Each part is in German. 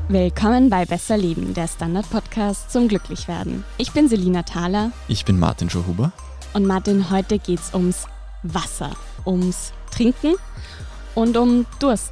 Willkommen bei Besser Leben, der Standard-Podcast zum Glücklichwerden. Ich bin Selina Thaler. Ich bin Martin Schauhuber. Und Martin, heute geht's ums Wasser, ums Trinken und um Durst.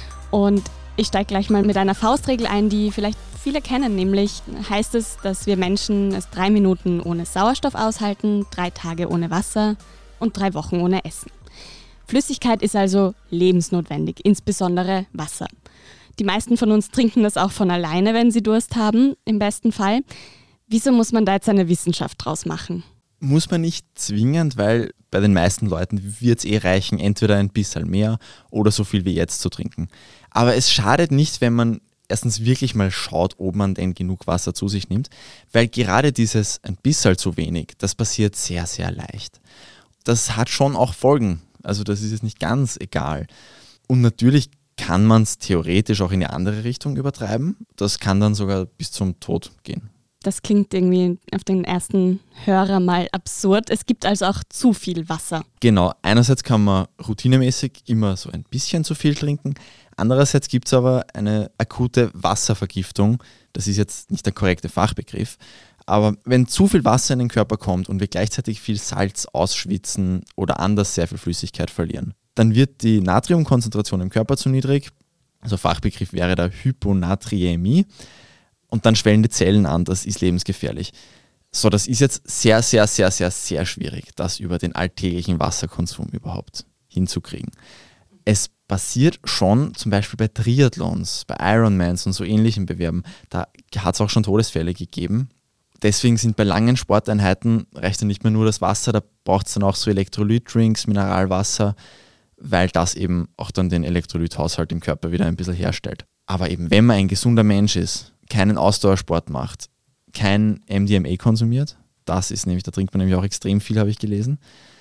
Und ich steige gleich mal mit einer Faustregel ein, die vielleicht viele kennen, nämlich heißt es, dass wir Menschen es 3 Minuten ohne Sauerstoff aushalten, 3 Tage ohne Wasser und 3 Wochen ohne Essen. Flüssigkeit ist also lebensnotwendig, insbesondere Wasser. Die meisten von uns trinken das auch von alleine, wenn sie Durst haben, im besten Fall. Wieso muss man da jetzt eine Wissenschaft draus machen? Muss man nicht zwingend, weil bei den meisten Leuten wird es reichen, entweder ein bisschen mehr oder so viel wie jetzt zu trinken. Aber es schadet nicht, wenn man erstens wirklich mal schaut, ob man denn genug Wasser zu sich nimmt, weil gerade dieses ein bisschen zu wenig, das passiert sehr, sehr leicht. Das hat schon auch Folgen, also das ist jetzt nicht ganz egal. Und natürlich kann man es theoretisch auch in eine andere Richtung übertreiben. Das kann dann sogar bis zum Tod gehen. Das klingt irgendwie auf den ersten Hörer mal absurd. Es gibt also auch zu viel Wasser. Genau, einerseits kann man routinemäßig immer so ein bisschen zu viel trinken. Andererseits gibt es aber eine akute Wasservergiftung. Das ist jetzt nicht der korrekte Fachbegriff. Aber wenn zu viel Wasser in den Körper kommt und wir gleichzeitig viel Salz ausschwitzen oder anders sehr viel Flüssigkeit verlieren, dann wird die Natriumkonzentration im Körper zu niedrig. Also Fachbegriff wäre da Hyponatriämie. Und dann schwellen die Zellen an, das ist lebensgefährlich. So, das ist jetzt sehr, sehr, sehr, sehr, sehr schwierig, das über den alltäglichen Wasserkonsum überhaupt hinzukriegen. Es passiert schon zum Beispiel bei Triathlons, bei Ironmans und so ähnlichen Bewerben, da hat es auch schon Todesfälle gegeben. Deswegen sind bei langen Sporteinheiten, reicht ja nicht mehr nur das Wasser, da braucht es dann auch so Elektrolytdrinks, Mineralwasser, weil das eben auch dann den Elektrolythaushalt im Körper wieder ein bisschen herstellt. Aber eben, wenn man ein gesunder Mensch ist, keinen Ausdauersport macht, kein MDMA konsumiert, das ist nämlich, da trinkt man nämlich auch extrem viel, habe ich gelesen,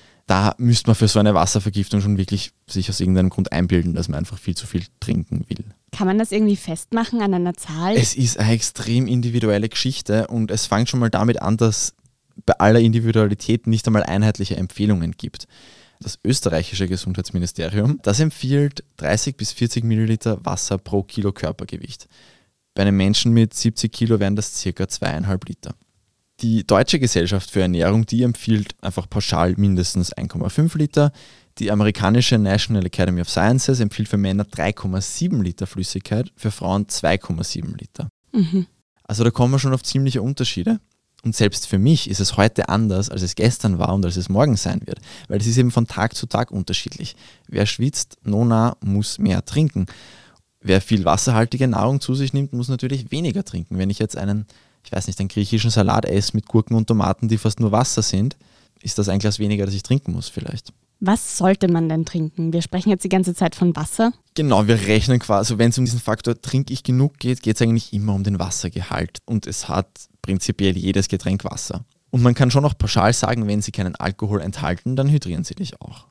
da müsste man für so eine Wasservergiftung schon wirklich sich aus irgendeinem Grund einbilden, dass man einfach viel zu viel trinken will. Kann man das irgendwie festmachen an einer Zahl? Es ist eine extrem individuelle Geschichte und es fängt schon mal damit an, dass bei aller Individualität nicht einmal einheitliche Empfehlungen gibt. Das österreichische Gesundheitsministerium, das empfiehlt 30 bis 40 Milliliter Wasser pro Kilo Körpergewicht. Bei einem Menschen mit 70 Kilo wären das ca. 2,5 Liter. Die Deutsche Gesellschaft für Ernährung, die empfiehlt einfach pauschal mindestens 1,5 Liter. Die amerikanische National Academy of Sciences empfiehlt für Männer 3,7 Liter Flüssigkeit, für Frauen 2,7 Liter. Also da kommen wir schon auf ziemliche Unterschiede. Und selbst für mich ist es heute anders, als es gestern war und als es morgen sein wird. Weil es ist eben von Tag zu Tag unterschiedlich. Wer schwitzt, nona, muss mehr trinken. Wer viel wasserhaltige Nahrung zu sich nimmt, muss natürlich weniger trinken. Wenn ich jetzt einen griechischen Salat esse mit Gurken und Tomaten, die fast nur Wasser sind, ist das ein Glas weniger, das ich trinken muss vielleicht. Was sollte man denn trinken? Wir sprechen jetzt die ganze Zeit von Wasser. Genau, wir rechnen quasi, wenn es um diesen Faktor trinke ich genug geht, geht es eigentlich immer um den Wassergehalt. Und es hat prinzipiell jedes Getränk Wasser. Und man kann schon auch pauschal sagen, wenn sie keinen Alkohol enthalten, dann hydrieren sie dich auch.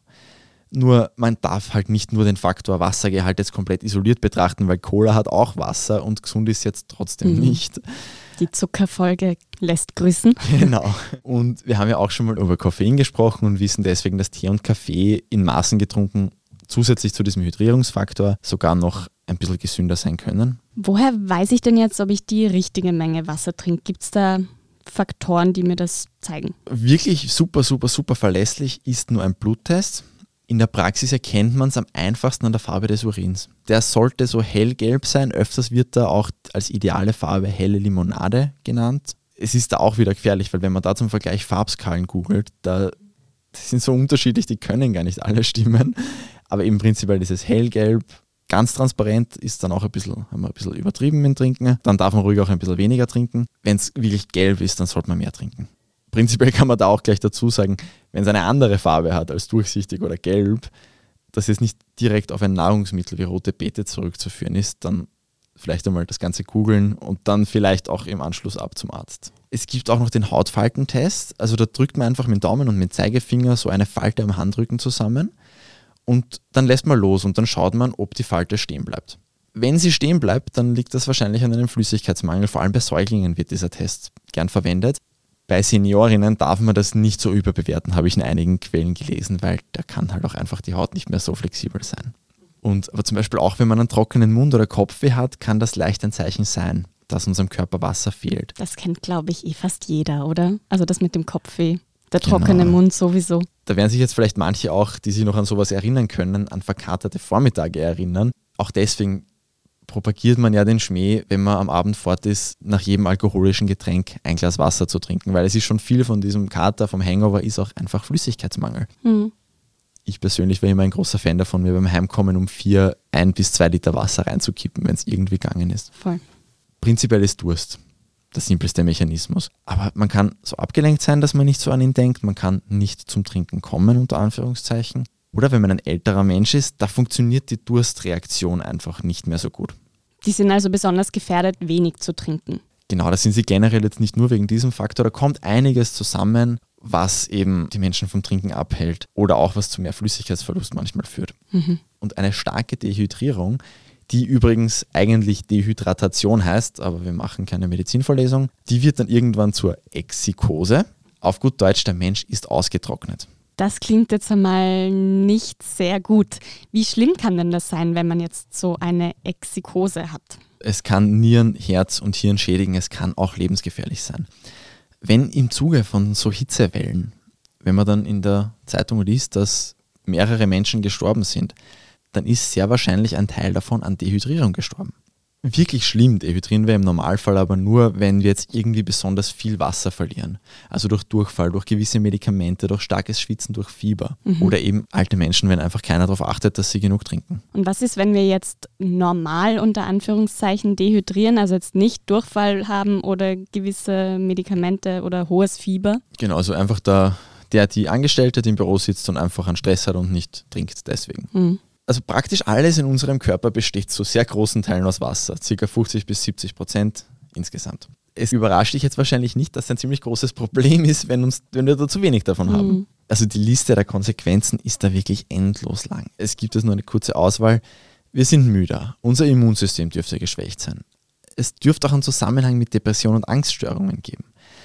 Nur man darf halt nicht nur den Faktor Wassergehalt jetzt komplett isoliert betrachten, weil Cola hat auch Wasser und gesund ist jetzt trotzdem nicht. Die Zuckerfolge lässt grüßen. Genau. Und wir haben ja auch schon mal über Koffein gesprochen und wissen deswegen, dass Tee und Kaffee in Maßen getrunken zusätzlich zu diesem Hydrierungsfaktor sogar noch ein bisschen gesünder sein können. Woher weiß ich denn jetzt, ob ich die richtige Menge Wasser trinke? Gibt es da Faktoren, die mir das zeigen? Wirklich super, super, super verlässlich ist nur ein Bluttest. In der Praxis erkennt man es am einfachsten an der Farbe des Urins. Der sollte so hellgelb sein, öfters wird da auch als ideale Farbe helle Limonade genannt. Es ist da auch wieder gefährlich, weil wenn man da zum Vergleich Farbskalen googelt, die sind so unterschiedlich, die können gar nicht alle stimmen. Aber im Prinzip dieses hellgelb, ganz transparent ist dann auch haben wir ein bisschen übertrieben mit dem Trinken. Dann darf man ruhig auch ein bisschen weniger trinken. Wenn es wirklich gelb ist, dann sollte man mehr trinken. Prinzipiell kann man da auch gleich dazu sagen, wenn es eine andere Farbe hat als durchsichtig oder gelb, dass es nicht direkt auf ein Nahrungsmittel wie rote Beete zurückzuführen ist, dann vielleicht einmal das Ganze googeln und dann vielleicht auch im Anschluss ab zum Arzt. Es gibt auch noch den Hautfaltentest, also da drückt man einfach mit dem Daumen und mit dem Zeigefinger so eine Falte am Handrücken zusammen und dann lässt man los und dann schaut man, ob die Falte stehen bleibt. Wenn sie stehen bleibt, dann liegt das wahrscheinlich an einem Flüssigkeitsmangel, vor allem bei Säuglingen wird dieser Test gern verwendet. Bei Seniorinnen darf man das nicht so überbewerten, habe ich in einigen Quellen gelesen, weil da kann halt auch einfach die Haut nicht mehr so flexibel sein. Aber zum Beispiel auch, wenn man einen trockenen Mund oder Kopfweh hat, kann das leicht ein Zeichen sein, dass unserem Körper Wasser fehlt. Das kennt, glaube ich, fast jeder, oder? Also das mit dem Kopfweh, der trockene Mund sowieso. Da werden sich jetzt vielleicht manche auch, die sich noch an sowas erinnern können, an verkaterte Vormittage erinnern. Auch deswegen propagiert man ja den Schmäh, wenn man am Abend fort ist, nach jedem alkoholischen Getränk ein Glas Wasser zu trinken, weil es ist schon viel von diesem Kater, vom Hangover, ist auch einfach Flüssigkeitsmangel. Ich persönlich war immer ein großer Fan davon, mir beim Heimkommen um 4 1 bis 2 Liter Wasser reinzukippen, wenn es irgendwie gegangen ist. Voll. Prinzipiell ist Durst der simpelste Mechanismus. Aber man kann so abgelenkt sein, dass man nicht so an ihn denkt. Man kann nicht zum Trinken kommen, unter Anführungszeichen. Oder wenn man ein älterer Mensch ist, da funktioniert die Durstreaktion einfach nicht mehr so gut. Die sind also besonders gefährdet, wenig zu trinken. Genau, das sind sie generell jetzt nicht nur wegen diesem Faktor. Da kommt einiges zusammen, was eben die Menschen vom Trinken abhält oder auch was zu mehr Flüssigkeitsverlust manchmal führt. Und eine starke Dehydrierung, die übrigens eigentlich Dehydratation heißt, aber wir machen keine Medizinvorlesung, die wird dann irgendwann zur Exikose. Auf gut Deutsch, der Mensch ist ausgetrocknet. Das klingt jetzt einmal nicht sehr gut. Wie schlimm kann denn das sein, wenn man jetzt so eine Exikose hat? Es kann Nieren, Herz und Hirn schädigen, es kann auch lebensgefährlich sein. Wenn im Zuge von so Hitzewellen, wenn man dann in der Zeitung liest, dass mehrere Menschen gestorben sind, dann ist sehr wahrscheinlich ein Teil davon an Dehydrierung gestorben. Wirklich schlimm dehydrieren wir im Normalfall aber nur, wenn wir jetzt irgendwie besonders viel Wasser verlieren. Also durch Durchfall, durch gewisse Medikamente, durch starkes Schwitzen, durch Fieber. Oder eben alte Menschen, wenn einfach keiner darauf achtet, dass sie genug trinken. Und was ist, wenn wir jetzt normal unter Anführungszeichen dehydrieren, also jetzt nicht Durchfall haben oder gewisse Medikamente oder hohes Fieber? Genau, also einfach die Angestellte, die im Büro sitzt und einfach einen Stress hat und nicht trinkt deswegen. Also praktisch alles in unserem Körper besteht zu sehr großen Teilen aus Wasser, ca. 50-70% insgesamt. Es überrascht dich jetzt wahrscheinlich nicht, dass es ein ziemlich großes Problem ist, wenn wir da zu wenig davon haben. Also die Liste der Konsequenzen ist da wirklich endlos lang. Es gibt jetzt nur eine kurze Auswahl. Wir sind müder, unser Immunsystem dürfte geschwächt sein. Es dürfte auch einen Zusammenhang mit Depression und Angststörungen geben.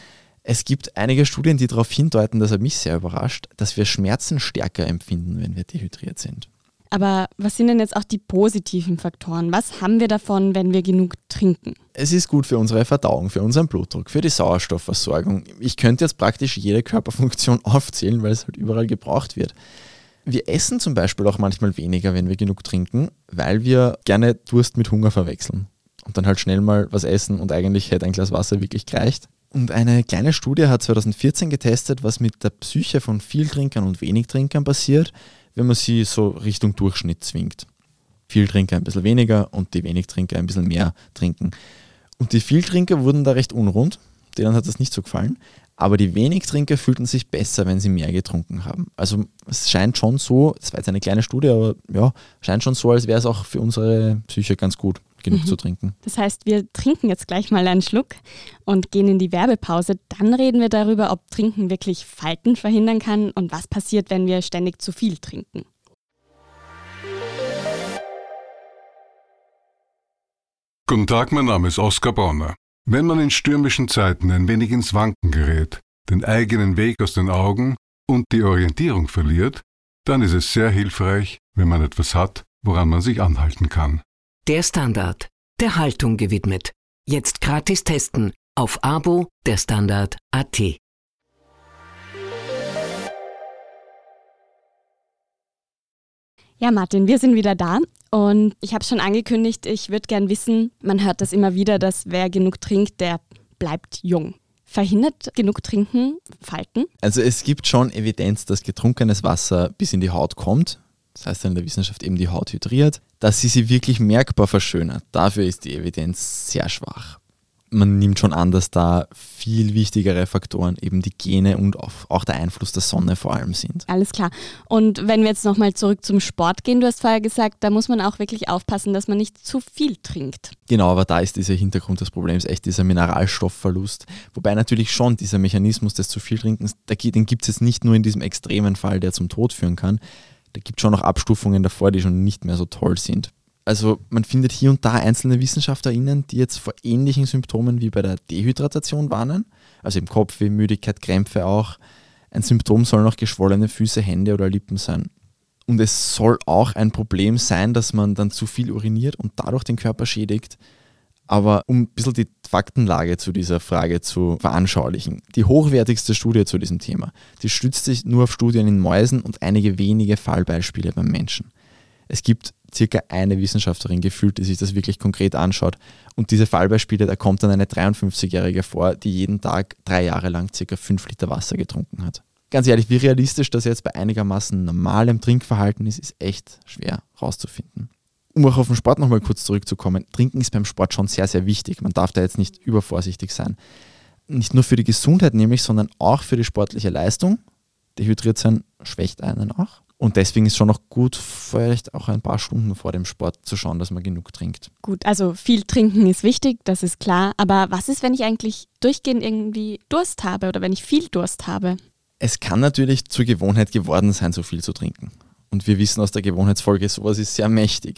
Es gibt einige Studien, die darauf hindeuten, das hat mich sehr überrascht, dass wir Schmerzen stärker empfinden, wenn wir dehydriert sind. Aber was sind denn jetzt auch die positiven Faktoren? Was haben wir davon, wenn wir genug trinken? Es ist gut für unsere Verdauung, für unseren Blutdruck, für die Sauerstoffversorgung. Ich könnte jetzt praktisch jede Körperfunktion aufzählen, weil es halt überall gebraucht wird. Wir essen zum Beispiel auch manchmal weniger, wenn wir genug trinken, weil wir gerne Durst mit Hunger verwechseln. Und dann halt schnell mal was essen und eigentlich hätte ein Glas Wasser wirklich gereicht. Und eine kleine Studie hat 2014 getestet, was mit der Psyche von Vieltrinkern und Wenigtrinkern passiert, wenn man sie so Richtung Durchschnitt zwingt. Vieltrinker ein bisschen weniger und die Wenigtrinker ein bisschen mehr trinken. Und die Vieltrinker wurden da recht unrund, denen hat das nicht so gefallen, aber die Wenigtrinker fühlten sich besser, wenn sie mehr getrunken haben. Also es scheint schon so, das war jetzt eine kleine Studie, aber ja, scheint schon so, als wäre es auch für unsere Psyche ganz gut, genug zu trinken. Das heißt, wir trinken jetzt gleich mal einen Schluck und gehen in die Werbepause. Dann reden wir darüber, ob Trinken wirklich Falten verhindern kann und was passiert, wenn wir ständig zu viel trinken. Guten Tag, mein Name ist Oskar Bronner. Wenn man in stürmischen Zeiten ein wenig ins Wanken gerät, den eigenen Weg aus den Augen und die Orientierung verliert, dann ist es sehr hilfreich, wenn man etwas hat, woran man sich anhalten kann. Der Standard, der Haltung gewidmet. Jetzt gratis testen auf Abo der Standard.at. Ja, Martin, wir sind wieder da und ich habe schon angekündigt, ich würde gern wissen, man hört das immer wieder, dass wer genug trinkt, der bleibt jung. Verhindert genug Trinken Falten? Also es gibt schon Evidenz, dass getrunkenes Wasser bis in die Haut kommt. Das heißt dann in der Wissenschaft eben die Haut hydriert, dass sie wirklich merkbar verschönert. Dafür ist die Evidenz sehr schwach. Man nimmt schon an, dass da viel wichtigere Faktoren eben die Gene und auch der Einfluss der Sonne vor allem sind. Alles klar. Und wenn wir jetzt nochmal zurück zum Sport gehen, du hast vorher gesagt, da muss man auch wirklich aufpassen, dass man nicht zu viel trinkt. Genau, aber da ist dieser Hintergrund des Problems echt dieser Mineralstoffverlust. Wobei natürlich schon dieser Mechanismus des zu viel Trinkens, den gibt es jetzt nicht nur in diesem extremen Fall, der zum Tod führen kann. Da gibt es schon noch Abstufungen davor, die schon nicht mehr so toll sind. Also man findet hier und da einzelne WissenschaftlerInnen, die jetzt vor ähnlichen Symptomen wie bei der Dehydratation warnen. Also eben Kopfweh, Müdigkeit, Krämpfe auch. Ein Symptom sollen auch geschwollene Füße, Hände oder Lippen sein. Und es soll auch ein Problem sein, dass man dann zu viel uriniert und dadurch den Körper schädigt. Aber um ein bisschen die Faktenlage zu dieser Frage zu veranschaulichen. Die hochwertigste Studie zu diesem Thema, die stützt sich nur auf Studien in Mäusen und einige wenige Fallbeispiele beim Menschen. Es gibt circa eine Wissenschaftlerin gefühlt, die sich das wirklich konkret anschaut. Und diese Fallbeispiele, da kommt dann eine 53-Jährige vor, die jeden Tag 3 Jahre lang circa 5 Liter Wasser getrunken hat. Ganz ehrlich, wie realistisch das jetzt bei einigermaßen normalem Trinkverhalten ist echt schwer rauszufinden. Um auch auf den Sport nochmal kurz zurückzukommen, Trinken ist beim Sport schon sehr, sehr wichtig. Man darf da jetzt nicht übervorsichtig sein. Nicht nur für die Gesundheit nämlich, sondern auch für die sportliche Leistung. Dehydriert sein schwächt einen auch. Und deswegen ist schon noch gut, vielleicht auch ein paar Stunden vor dem Sport zu schauen, dass man genug trinkt. Gut, also viel trinken ist wichtig, das ist klar. Aber was ist, wenn ich eigentlich durchgehend irgendwie Durst habe oder wenn ich viel Durst habe? Es kann natürlich zur Gewohnheit geworden sein, so viel zu trinken. Und wir wissen aus der Gewohnheitsfolge, sowas ist sehr mächtig.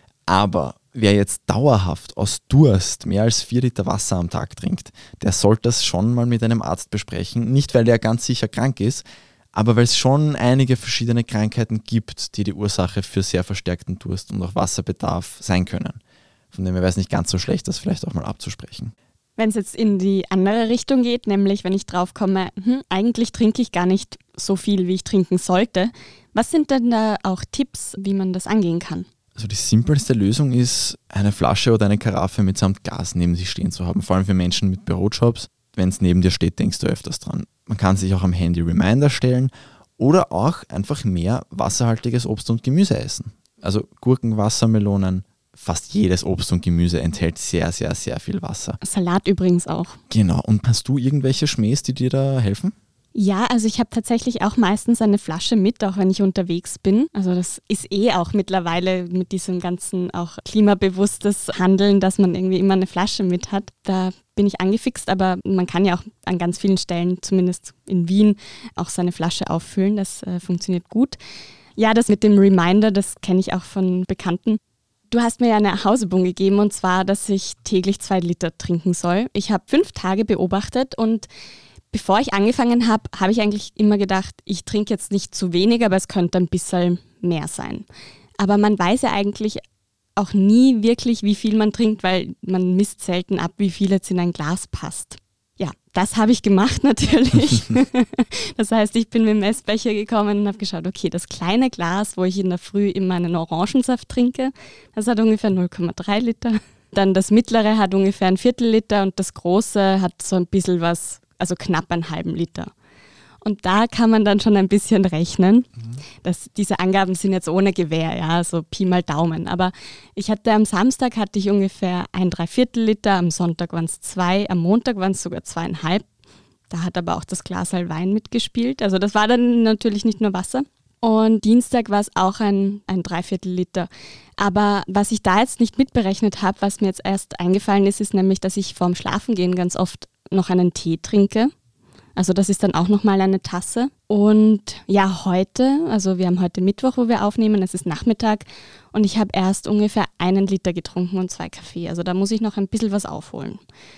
Aber wer jetzt dauerhaft aus Durst mehr als 4 Liter Wasser am Tag trinkt, der sollte das schon mal mit einem Arzt besprechen. Nicht, weil der ganz sicher krank ist, aber weil es schon einige verschiedene Krankheiten gibt, die die Ursache für sehr verstärkten Durst und auch Wasserbedarf sein können. Von dem her wäre es nicht ganz so schlecht, das vielleicht auch mal abzusprechen. Wenn es jetzt in die andere Richtung geht, nämlich wenn ich drauf komme, eigentlich trinke ich gar nicht so viel, wie ich trinken sollte. Was sind denn da auch Tipps, wie man das angehen kann? Also die simpelste Lösung ist, eine Flasche oder eine Karaffe mitsamt Gas neben sich stehen zu haben, vor allem für Menschen mit Bürojobs. Wenn es neben dir steht, denkst du öfters dran. Man kann sich auch am Handy Reminder stellen oder auch einfach mehr wasserhaltiges Obst und Gemüse essen. Also Gurken, Wassermelonen, fast jedes Obst und Gemüse enthält sehr, sehr, sehr viel Wasser. Salat übrigens auch. Genau. Und hast du irgendwelche Schmähs, die dir da helfen? Ja, also ich habe tatsächlich auch meistens eine Flasche mit, auch wenn ich unterwegs bin. Also das ist auch mittlerweile mit diesem ganzen auch klimabewusstes Handeln, dass man irgendwie immer eine Flasche mit hat. Da bin ich angefixt, aber man kann ja auch an ganz vielen Stellen, zumindest in Wien, auch seine Flasche auffüllen. Das funktioniert gut. Ja, das mit dem Reminder, das kenne ich auch von Bekannten. Du hast mir ja eine Hausübung gegeben und zwar, dass ich täglich 2 Liter trinken soll. Ich habe 5 Tage beobachtet und bevor ich angefangen habe, habe ich eigentlich immer gedacht, ich trinke jetzt nicht zu wenig, aber es könnte ein bisschen mehr sein. Aber man weiß ja eigentlich auch nie wirklich, wie viel man trinkt, weil man misst selten ab, wie viel jetzt in ein Glas passt. Ja, das habe ich gemacht natürlich. Das heißt, ich bin mit dem Messbecher gekommen und habe geschaut, okay, das kleine Glas, wo ich in der Früh immer einen Orangensaft trinke, das hat ungefähr 0,3 Liter. Dann das mittlere hat ungefähr ein Viertel-Liter und das große hat so ein bisschen was, also knapp einen halben Liter. Und da kann man dann schon ein bisschen rechnen. Diese Angaben sind jetzt ohne Gewähr, ja, so Pi mal Daumen. Aber am Samstag hatte ich ungefähr 1,75 Liter, am Sonntag waren es 2, am Montag waren es sogar 2,5. Da hat aber auch das Glas Wein mitgespielt. Also das war dann natürlich nicht nur Wasser. Und Dienstag war es auch ein 3/4 Liter. Aber was ich da jetzt nicht mitberechnet habe, was mir jetzt erst eingefallen ist, ist nämlich, dass ich vorm Schlafengehen ganz oft noch einen Tee trinke. Also das ist dann auch nochmal eine Tasse. Und ja, heute, also wir haben heute Mittwoch, wo wir aufnehmen, es ist Nachmittag und ich habe erst ungefähr 1 Liter getrunken und 2 Kaffee. Also da muss ich noch ein bisschen was aufholen.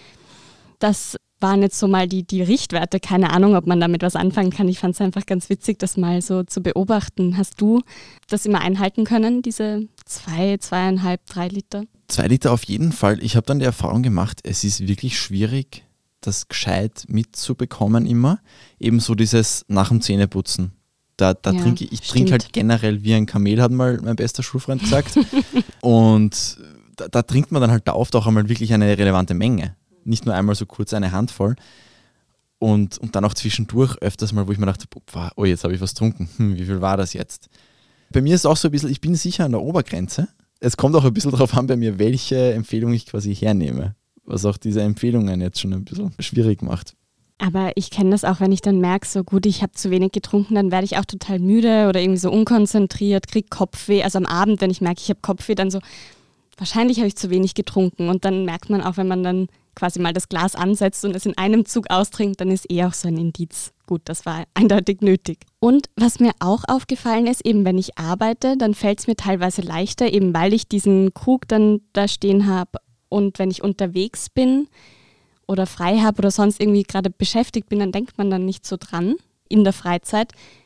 Das waren jetzt so mal die Richtwerte. Keine Ahnung, ob man damit was anfangen kann. Ich fand es einfach ganz witzig, das mal so zu beobachten. Hast du das immer einhalten können, diese 2, 2,5, 3 Liter? 2 Liter auf jeden Fall. Ich habe dann die Erfahrung gemacht, es ist wirklich schwierig, das gescheit mitzubekommen immer. Ebenso dieses nach dem Zähneputzen. Da trinke ich trinke halt generell wie ein Kamel, hat mal mein bester Schulfreund gesagt. Und da trinkt man dann halt da oft auch einmal wirklich eine relevante Menge. Nicht nur einmal so kurz eine Handvoll. Und dann auch zwischendurch öfters mal, wo ich mir dachte, oh, jetzt habe ich was getrunken. Wie viel war das jetzt? Bei mir ist es auch so ein bisschen, ich bin sicher an der Obergrenze. Es kommt auch ein bisschen darauf an bei mir, welche Empfehlung ich quasi hernehme. Was auch diese Empfehlungen jetzt schon ein bisschen schwierig macht. Aber ich kenne das auch, wenn ich dann merke, so gut, ich habe zu wenig getrunken, dann werde ich auch total müde oder irgendwie so unkonzentriert, kriege Kopfweh. Also am Abend, wenn ich merke, ich habe Kopfweh, dann so, wahrscheinlich habe ich zu wenig getrunken. Und dann merkt man auch, wenn man dann quasi mal das Glas ansetzt und es in einem Zug austrinkt, dann ist auch so ein Indiz. Gut, das war eindeutig nötig. Und was mir auch aufgefallen ist, eben wenn ich arbeite, dann fällt es mir teilweise leichter, eben weil ich diesen Krug dann da stehen habe. Und wenn ich unterwegs bin oder frei habe oder sonst irgendwie gerade beschäftigt bin, dann denkt man dann nicht so dran in der Freizeit.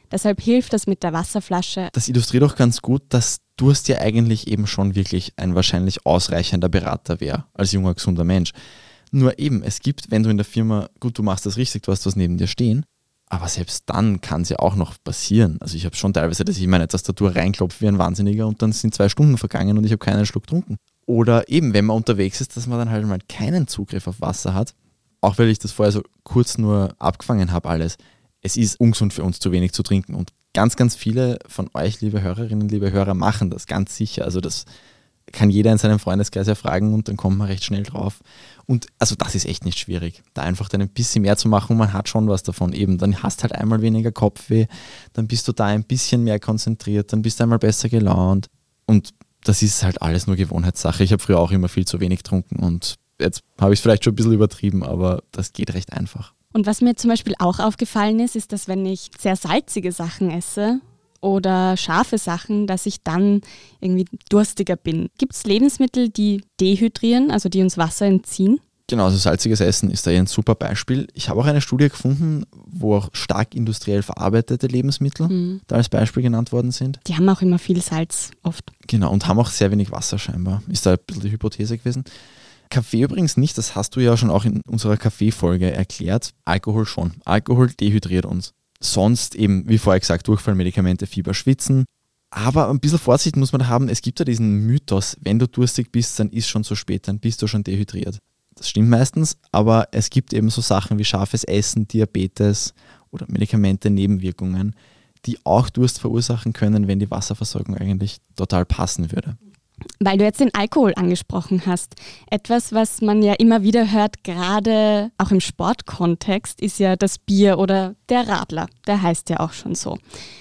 Deshalb hilft das mit der Wasserflasche. Das illustriert auch ganz gut, dass Durst ja eigentlich eben schon wirklich ein wahrscheinlich ausreichender Berater wäre als junger, gesunder Mensch. Nur eben, es gibt, wenn du in der Firma, gut, du machst das richtig, du hast was neben dir stehen, aber selbst dann kann es ja auch noch passieren. Also ich habe schon teilweise, dass ich meine Tastatur reinklopfe wie ein Wahnsinniger und dann sind 2 Stunden vergangen und ich habe keinen Schluck getrunken. Oder eben, wenn man unterwegs ist, dass man dann halt mal keinen Zugriff auf Wasser hat, auch weil ich das vorher so kurz nur abgefangen habe alles. Es ist ungesund für uns, zu wenig zu trinken und ganz, ganz viele von euch, liebe Hörerinnen, liebe Hörer, machen das ganz sicher. Also das kann jeder in seinem Freundeskreis erfragen und dann kommt man recht schnell drauf. Und also das ist echt nicht schwierig, da einfach dann ein bisschen mehr zu machen und man hat schon was davon. Eben, dann hast halt einmal weniger Kopfweh, dann bist du da ein bisschen mehr konzentriert, dann bist du einmal besser gelaunt und das ist halt alles nur Gewohnheitssache. Ich habe früher auch immer viel zu wenig getrunken und jetzt habe ich es vielleicht schon ein bisschen übertrieben, aber das geht recht einfach. Und was mir zum Beispiel auch aufgefallen ist, dass wenn ich sehr salzige Sachen esse oder scharfe Sachen, dass ich dann irgendwie durstiger bin. Gibt es Lebensmittel, die dehydrieren, also die uns Wasser entziehen? Genau, also salziges Essen ist da ein super Beispiel. Ich habe auch eine Studie gefunden, wo auch stark industriell verarbeitete Lebensmittel da als Beispiel genannt worden sind. Die haben auch immer viel Salz oft. Genau, und haben auch sehr wenig Wasser scheinbar. Ist da ein bisschen die Hypothese gewesen. Kaffee übrigens nicht, das hast du ja schon auch in unserer Kaffeefolge erklärt. Alkohol schon. Alkohol dehydriert uns. Sonst eben, wie vorher gesagt, Durchfallmedikamente, Fieber, Schwitzen. Aber ein bisschen Vorsicht muss man da haben. Es gibt ja diesen Mythos, wenn du durstig bist, dann ist schon zu spät, dann bist du schon dehydriert. Das stimmt meistens, aber es gibt eben so Sachen wie scharfes Essen, Diabetes oder Medikamente, Nebenwirkungen, die auch Durst verursachen können, wenn die Wasserversorgung eigentlich total passen würde. Weil du jetzt den Alkohol angesprochen hast. Etwas, was man ja immer wieder hört, gerade auch im Sportkontext, ist ja das Bier oder der Radler. Der heißt ja auch schon so.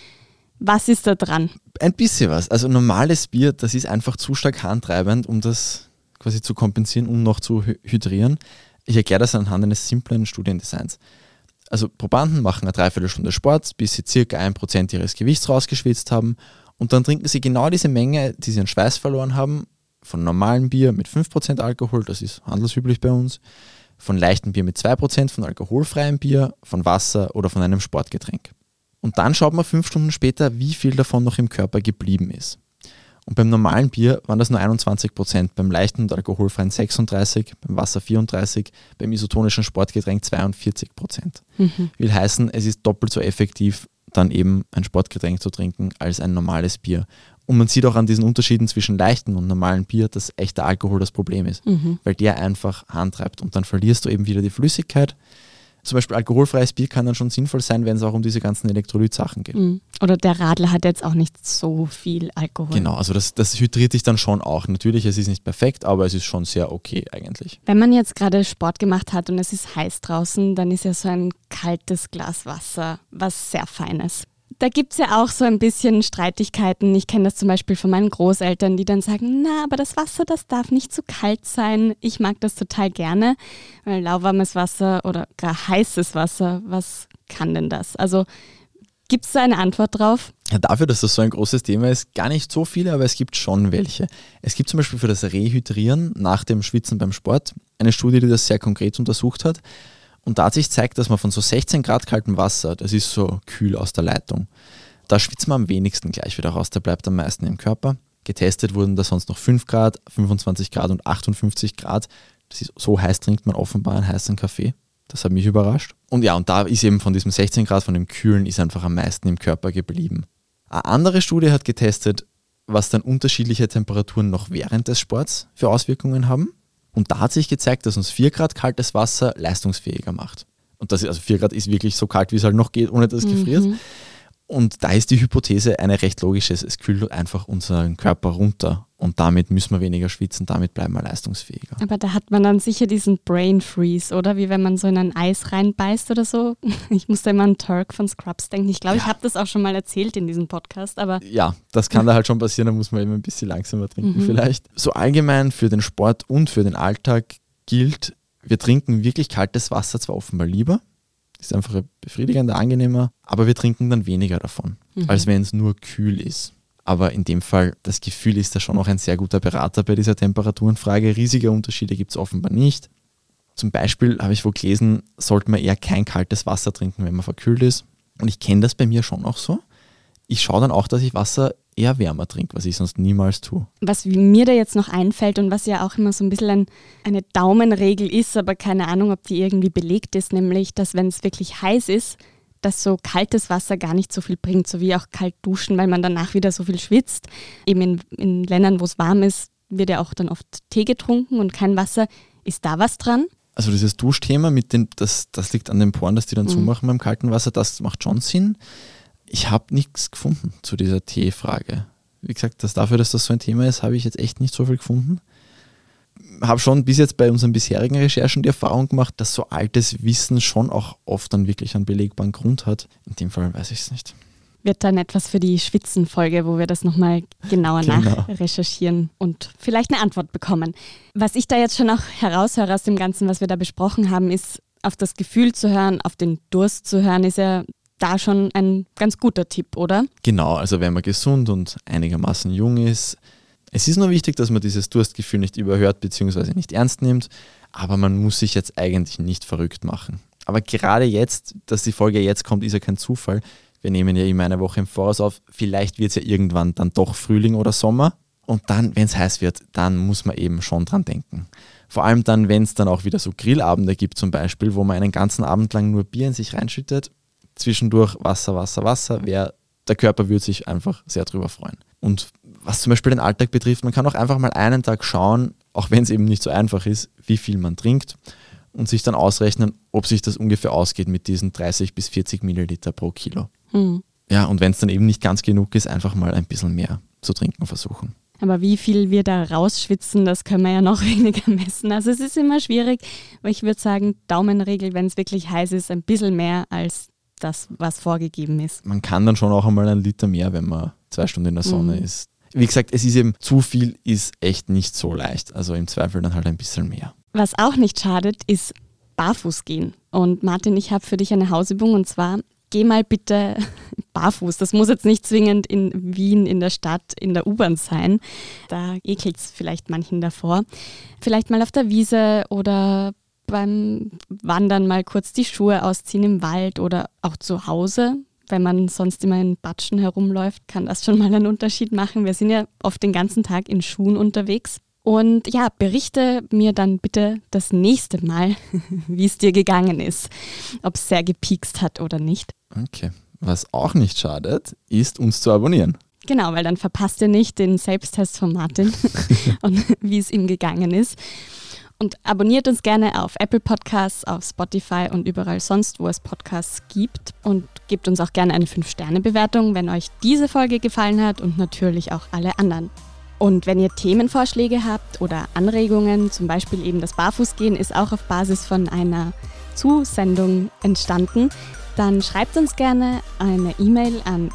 Was ist da dran? Ein bisschen was. Also normales Bier, das ist einfach zu stark harntreibend, um das quasi zu kompensieren, um noch zu hydrieren. Ich erkläre das anhand eines simplen Studiendesigns. Also Probanden machen eine Dreiviertelstunde Sport, bis sie circa 1% ihres Gewichts rausgeschwitzt haben. Und dann trinken sie genau diese Menge, die sie an Schweiß verloren haben, von normalem Bier mit 5% Alkohol, das ist handelsüblich bei uns, von leichtem Bier mit 2%, von alkoholfreiem Bier, von Wasser oder von einem Sportgetränk. Und dann schaut man 5 Stunden später, wie viel davon noch im Körper geblieben ist. Und beim normalen Bier waren das nur 21%, beim leichten und alkoholfreien 36%, beim Wasser 34%, beim isotonischen Sportgetränk 42%. Will heißen, es ist doppelt so effektiv, dann eben ein Sportgetränk zu trinken als ein normales Bier. Und man sieht auch an diesen Unterschieden zwischen leichten und normalen Bier, dass echter Alkohol das Problem ist, weil der einfach harntreibt und dann verlierst du eben wieder die Flüssigkeit. Zum Beispiel alkoholfreies Bier kann dann schon sinnvoll sein, wenn es auch um diese ganzen Elektrolytsachen geht. Oder der Radler hat jetzt auch nicht so viel Alkohol. Genau, also das hydriert dich dann schon auch. Natürlich, es ist nicht perfekt, aber es ist schon sehr okay eigentlich. Wenn man jetzt gerade Sport gemacht hat und es ist heiß draußen, dann ist ja so ein kaltes Glas Wasser was sehr Feines. Da gibt es ja auch so ein bisschen Streitigkeiten. Ich kenne das zum Beispiel von meinen Großeltern, die dann sagen, na, aber das Wasser, das darf nicht zu kalt sein. Ich mag das total gerne, weil lauwarmes Wasser oder gar heißes Wasser, was kann denn das? Also gibt es da eine Antwort drauf? Ja, dafür, dass das so ein großes Thema ist, gar nicht so viele, aber es gibt schon welche. Es gibt zum Beispiel für das Rehydrieren nach dem Schwitzen beim Sport eine Studie, die das sehr konkret untersucht hat. Und da hat sich gezeigt, dass man von so 16 Grad kaltem Wasser, das ist so kühl aus der Leitung, da schwitzt man am wenigsten gleich wieder raus, da bleibt am meisten im Körper. Getestet wurden da sonst noch 5 Grad, 25 Grad und 58 Grad. Das ist, so heiß trinkt man offenbar einen heißen Kaffee. Das hat mich überrascht. Und ja, und da ist eben von diesem 16 Grad, von dem Kühlen, ist einfach am meisten im Körper geblieben. Eine andere Studie hat getestet, was dann unterschiedliche Temperaturen noch während des Sports für Auswirkungen haben. Und da hat sich gezeigt, dass uns 4 Grad kaltes Wasser leistungsfähiger macht. Und das ist, also 4 Grad ist wirklich so kalt, wie es halt noch geht, ohne dass es gefriert. Und da ist die Hypothese eine recht logische. Es kühlt einfach unseren Körper runter und damit müssen wir weniger schwitzen, damit bleiben wir leistungsfähiger. Aber da hat man dann sicher diesen Brain Freeze, oder? Wie wenn man so in ein Eis reinbeißt oder so. Ich musste immer an Turk von Scrubs denken. Ich glaube, ich habe das auch schon mal erzählt in diesem Podcast. Aber ja, das kann da halt schon passieren, da muss man eben ein bisschen langsamer trinken vielleicht. So allgemein für den Sport und für den Alltag gilt, wir trinken wirklich kaltes Wasser zwar offenbar lieber, ist einfach befriedigender, angenehmer, aber wir trinken dann weniger davon, als wenn es nur kühl ist. Aber in dem Fall, das Gefühl ist da schon noch ein sehr guter Berater bei dieser Temperaturenfrage. Riesige Unterschiede gibt es offenbar nicht. Zum Beispiel habe ich wo gelesen, sollte man eher kein kaltes Wasser trinken, wenn man verkühlt ist. Und ich kenne das bei mir schon auch so. Ich schaue dann auch, dass ich Wasser eher wärmer trinke, was ich sonst niemals tue. Was mir da jetzt noch einfällt und was ja auch immer so ein bisschen eine Daumenregel ist, aber keine Ahnung, ob die irgendwie belegt ist, nämlich, dass wenn es wirklich heiß ist, dass so kaltes Wasser gar nicht so viel bringt, so wie auch kalt duschen, weil man danach wieder so viel schwitzt. Eben in Ländern, wo es warm ist, wird ja auch dann oft Tee getrunken und kein Wasser. Ist da was dran? Also dieses Duschthema, das liegt an den Poren, dass die dann zumachen beim kalten Wasser, das macht schon Sinn. Ich habe nichts gefunden zu dieser Teefrage. Wie gesagt, dafür, dass das so ein Thema ist, habe ich jetzt echt nicht so viel gefunden. Habe schon bis jetzt bei unseren bisherigen Recherchen die Erfahrung gemacht, dass so altes Wissen schon auch oft dann wirklich einen belegbaren Grund hat. In dem Fall weiß ich es nicht. Wird dann etwas für die Schwitzen-Folge, wo wir das nochmal genauer nachrecherchieren und vielleicht eine Antwort bekommen. Was ich da jetzt schon auch heraushöre aus dem Ganzen, was wir da besprochen haben, ist, auf das Gefühl zu hören, auf den Durst zu hören, ist ja da schon ein ganz guter Tipp, oder? Genau, also wenn man gesund und einigermaßen jung ist. Es ist nur wichtig, dass man dieses Durstgefühl nicht überhört bzw. nicht ernst nimmt, aber man muss sich jetzt eigentlich nicht verrückt machen. Aber gerade jetzt, dass die Folge jetzt kommt, ist ja kein Zufall. Wir nehmen ja immer eine Woche im Voraus auf. Vielleicht wird es ja irgendwann dann doch Frühling oder Sommer. Und dann, wenn es heiß wird, dann muss man eben schon dran denken. Vor allem dann, wenn es dann auch wieder so Grillabende gibt zum Beispiel, wo man einen ganzen Abend lang nur Bier in sich reinschüttet, zwischendurch Wasser, der Körper würde sich einfach sehr drüber freuen. Und was zum Beispiel den Alltag betrifft, man kann auch einfach mal einen Tag schauen, auch wenn es eben nicht so einfach ist, wie viel man trinkt und sich dann ausrechnen, ob sich das ungefähr ausgeht mit diesen 30 bis 40 Milliliter pro Kilo. Ja, und wenn es dann eben nicht ganz genug ist, einfach mal ein bisschen mehr zu trinken versuchen. Aber wie viel wir da rausschwitzen, das können wir ja noch weniger messen. Also es ist immer schwierig, aber ich würde sagen, Daumenregel, wenn es wirklich heiß ist, ein bisschen mehr als das, was vorgegeben ist. Man kann dann schon auch einmal 1 Liter mehr, wenn man 2 Stunden in der Sonne ist. Wie gesagt, es ist eben, zu viel ist echt nicht so leicht. Also im Zweifel dann halt ein bisschen mehr. Was auch nicht schadet, ist barfuß gehen. Und Martin, ich habe für dich eine Hausübung und zwar, geh mal bitte barfuß. Das muss jetzt nicht zwingend in Wien, in der Stadt, in der U-Bahn sein. Da ekelt es vielleicht manchen davor. Vielleicht mal auf der Wiese oder beim Wandern mal kurz die Schuhe ausziehen im Wald oder auch zu Hause. Wenn man sonst immer in Batschen herumläuft, kann das schon mal einen Unterschied machen. Wir sind ja oft den ganzen Tag in Schuhen unterwegs. Und ja, berichte mir dann bitte das nächste Mal, wie es dir gegangen ist. Ob es sehr gepiekst hat oder nicht. Okay. Was auch nicht schadet, ist uns zu abonnieren. Genau, weil dann verpasst ihr nicht den Selbsttest von Martin und wie es ihm gegangen ist. Und abonniert uns gerne auf Apple Podcasts, auf Spotify und überall sonst, wo es Podcasts gibt. Und gebt uns auch gerne eine 5-Sterne-Bewertung, wenn euch diese Folge gefallen hat und natürlich auch alle anderen. Und wenn ihr Themenvorschläge habt oder Anregungen, zum Beispiel eben das Barfußgehen ist auch auf Basis von einer Zusendung entstanden, dann schreibt uns gerne eine E-Mail an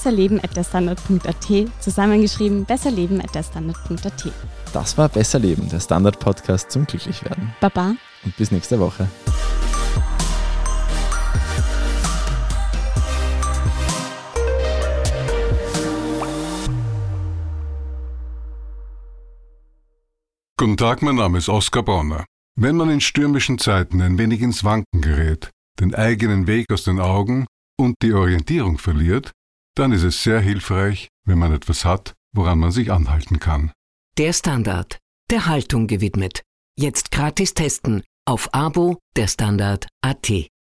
besserleben@derstandard.at, zusammengeschrieben besserleben@derstandard.at. Das war Besser Leben, der Standard-Podcast zum Glücklichwerden. Baba. Und bis nächste Woche. Guten Tag, mein Name ist Oskar Bronner. Wenn man in stürmischen Zeiten ein wenig ins Wanken gerät, den eigenen Weg aus den Augen und die Orientierung verliert, dann ist es sehr hilfreich, wenn man etwas hat, woran man sich anhalten kann. Der Standard, der Haltung gewidmet. Jetzt gratis testen auf Abo der Standard.at.